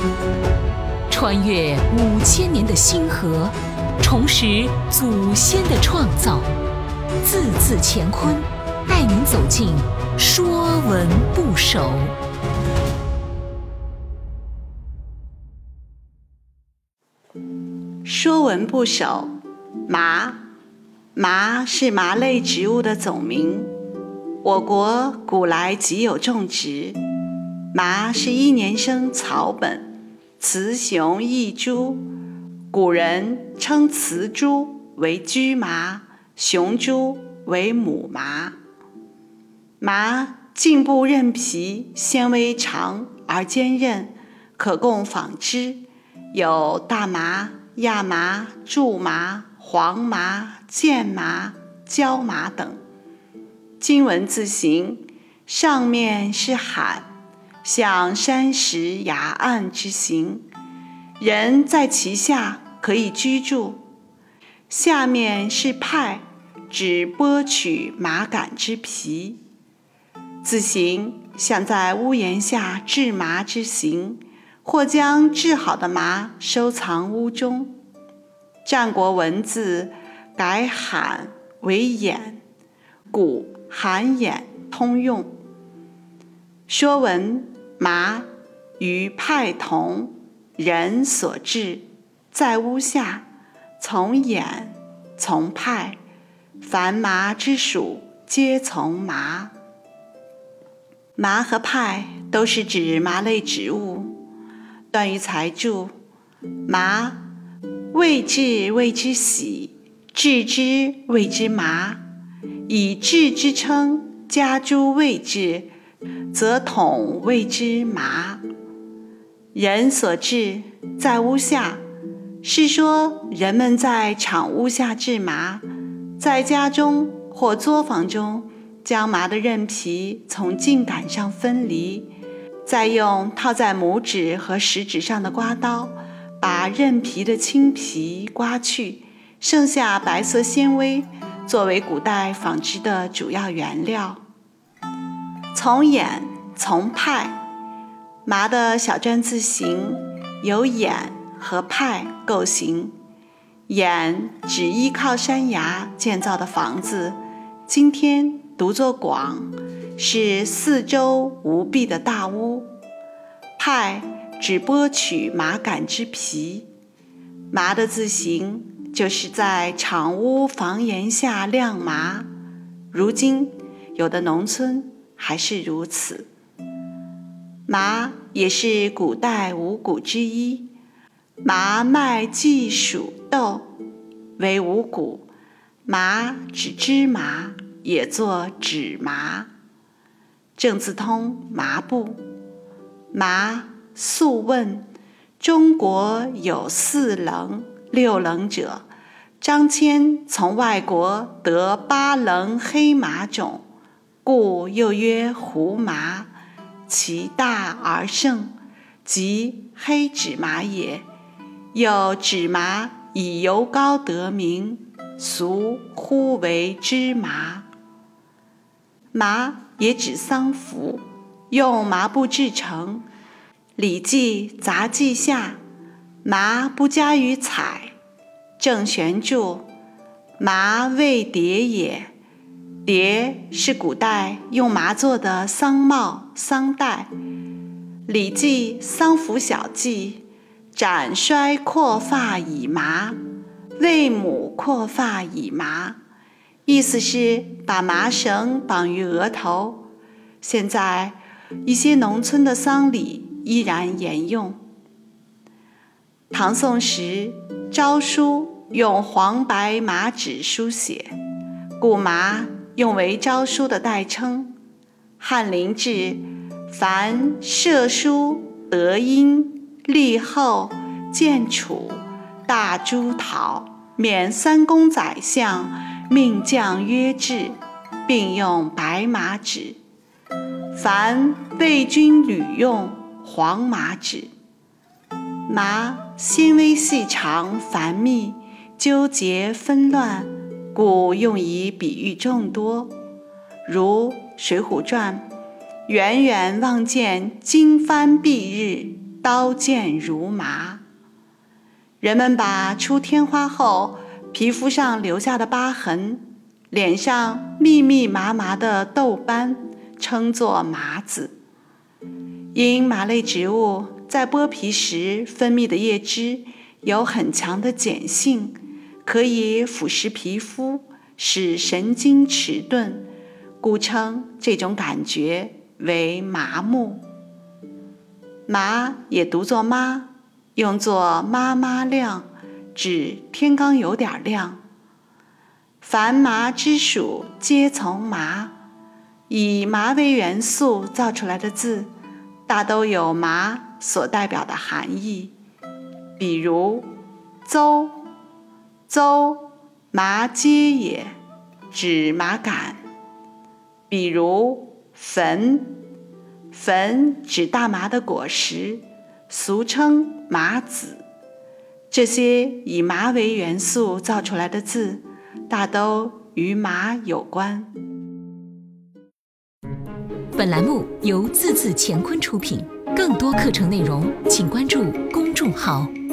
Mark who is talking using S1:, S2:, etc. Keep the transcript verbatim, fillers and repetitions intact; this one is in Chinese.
S1: 穿越五千年的星河，重拾祖先的创造，字字乾坤，带您走进《说文不首》。
S2: 《说文不首》麻。麻是麻类植物的总名，我国古来即有种植。麻是一年生草本，雌雄异株，古人称雌株为居麻，雄株为母麻。麻茎部韧皮，纤维长而坚韧，可供纺织，有大麻、亚麻、苎麻、黄麻、剑麻、椒麻等。金文字形，上面是罕，像山石崖岸之形，人在其下可以居住。下面是派，指剥取麻杆之皮。字形像在屋檐下制麻之形，或将制好的麻收藏屋中。战国文字改罕为衍，故罕衍通用。说文麻与派同，人所制，在屋下，从衍从派，凡麻之属皆从麻。麻和派都是指麻类植物。段于裁注：麻，未制谓之喜，制之谓之麻，以制之称，加诸谓制，则统谓之麻。人所制，在屋下，是说人们在厂屋下制麻，在家中或作坊中将麻的韧皮从茎秆上分离，再用套在拇指和食指上的刮刀把韧皮的青皮刮去，剩下白色纤维，作为古代纺织的主要原料。从衍从派，麻的小篆字形由衍和派构形。衍指依靠山崖建造的房子，今天读作广，是四周无壁的大屋。派指剥取麻杆之皮。麻的字形就是在厂屋房檐下晾麻，如今有的农村还是如此。麻也是古代五谷之一，麻麦稷黍豆为五谷，麻指芝麻，也作指麻。正字通麻布。麻，素问，中国有四棱、六棱者，张骞从外国得八棱黑麻种，故又曰胡麻，其大而盛，即黑指麻也。又指麻以油膏得名，俗呼为芝麻。麻也指丧服，用麻布制成。礼记杂记下，麻不加于彩。郑玄注：麻谓蝶也。蝶是古代用麻做的丧帽、丧带。礼记丧服小记：斩衰阔发以麻，为母阔发以麻。意思是把麻绳绑于额头。现在一些农村的丧礼依然沿用。唐宋时诏书用黄白麻纸书写，故麻用为诏书的代称。翰林志凡赦书、德音、立后、建储、大朱讨、免三公宰相，命将约制，并用白麻纸。凡魏军旅用黄麻纸。麻纤维细长繁密，纠结纷乱，故用以比喻众多。如水浒传，远远望见金帆蔽日， 刀剑如麻。人们把出天花后皮肤上留下的疤痕，脸上密密麻麻的痘斑称作麻子。因麻类植物在剥皮时分泌的叶汁有很强的碱性，可以腐蚀皮肤，使神经迟钝，故称这种感觉为麻木。麻也读作妈，用作妈妈亮，指天刚有点亮。凡麻之属皆从麻，以麻为元素造出来的字，大都有麻所代表的含义。比如邹，邹麻秸也，指麻杆。比如汾，汾指大麻的果实，俗称麻子。这些以麻为元素造出来的字，大都与麻有关。
S1: 本栏目由字字乾坤出品，更多课程内容请关注公众号